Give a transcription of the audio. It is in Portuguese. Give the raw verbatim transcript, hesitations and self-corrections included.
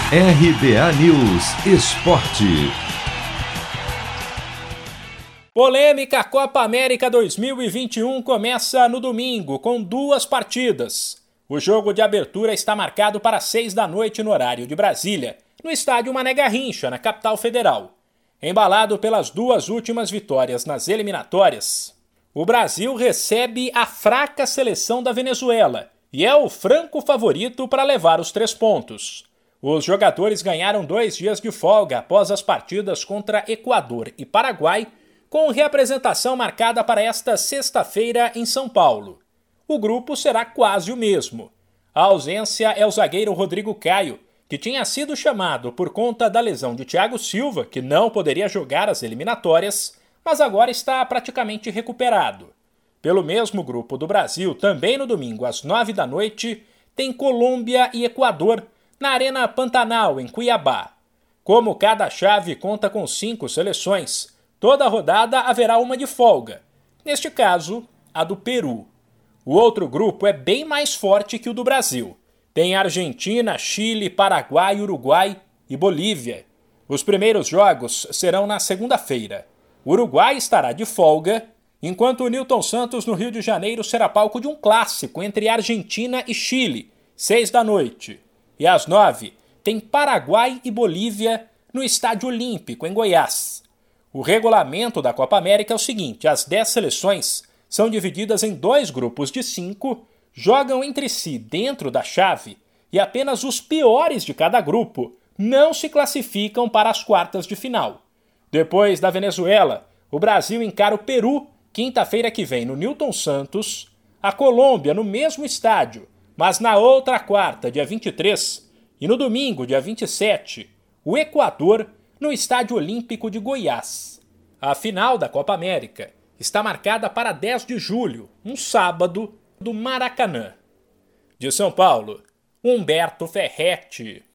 R B A News Esporte. Polêmica Copa América dois mil e vinte e um começa no domingo com duas partidas. O jogo de abertura está marcado para seis da noite no horário de Brasília, no estádio Mané Garrincha, na capital federal. Embalado pelas duas últimas vitórias nas eliminatórias, o Brasil recebe a fraca seleção da Venezuela e é o franco favorito para levar os três pontos. Os jogadores ganharam dois dias de folga após as partidas contra Equador e Paraguai, com reapresentação marcada para esta sexta-feira em São Paulo. O grupo será quase o mesmo. A ausência é o zagueiro Rodrigo Caio, que tinha sido chamado por conta da lesão de Thiago Silva, que não poderia jogar as eliminatórias, mas agora está praticamente recuperado. Pelo mesmo grupo do Brasil, também no domingo às nove da noite, tem Colômbia e Equador, na Arena Pantanal, em Cuiabá. Como cada chave conta com cinco seleções, toda rodada haverá uma de folga, neste caso, a do Peru. O outro grupo é bem mais forte que o do Brasil. Tem Argentina, Chile, Paraguai, Uruguai e Bolívia. Os primeiros jogos serão na segunda-feira. O Uruguai estará de folga, enquanto o Newton Santos, no Rio de Janeiro, será palco de um clássico entre Argentina e Chile, seis da noite. E às nove, tem Paraguai e Bolívia no Estádio Olímpico, em Goiás. O regulamento da Copa América é o seguinte: as dez seleções são divididas em dois grupos de cinco, jogam entre si dentro da chave e apenas os piores de cada grupo não se classificam para as quartas de final. Depois da Venezuela, o Brasil encara o Peru quinta-feira que vem no Newton Santos, a Colômbia no mesmo estádio, mas na outra quarta, dia vinte e três, e no domingo, dia vinte e sete, o Equador no Estádio Olímpico de Goiás. A final da Copa América está marcada para dez de julho, um sábado, do Maracanã. De São Paulo, Humberto Ferretti.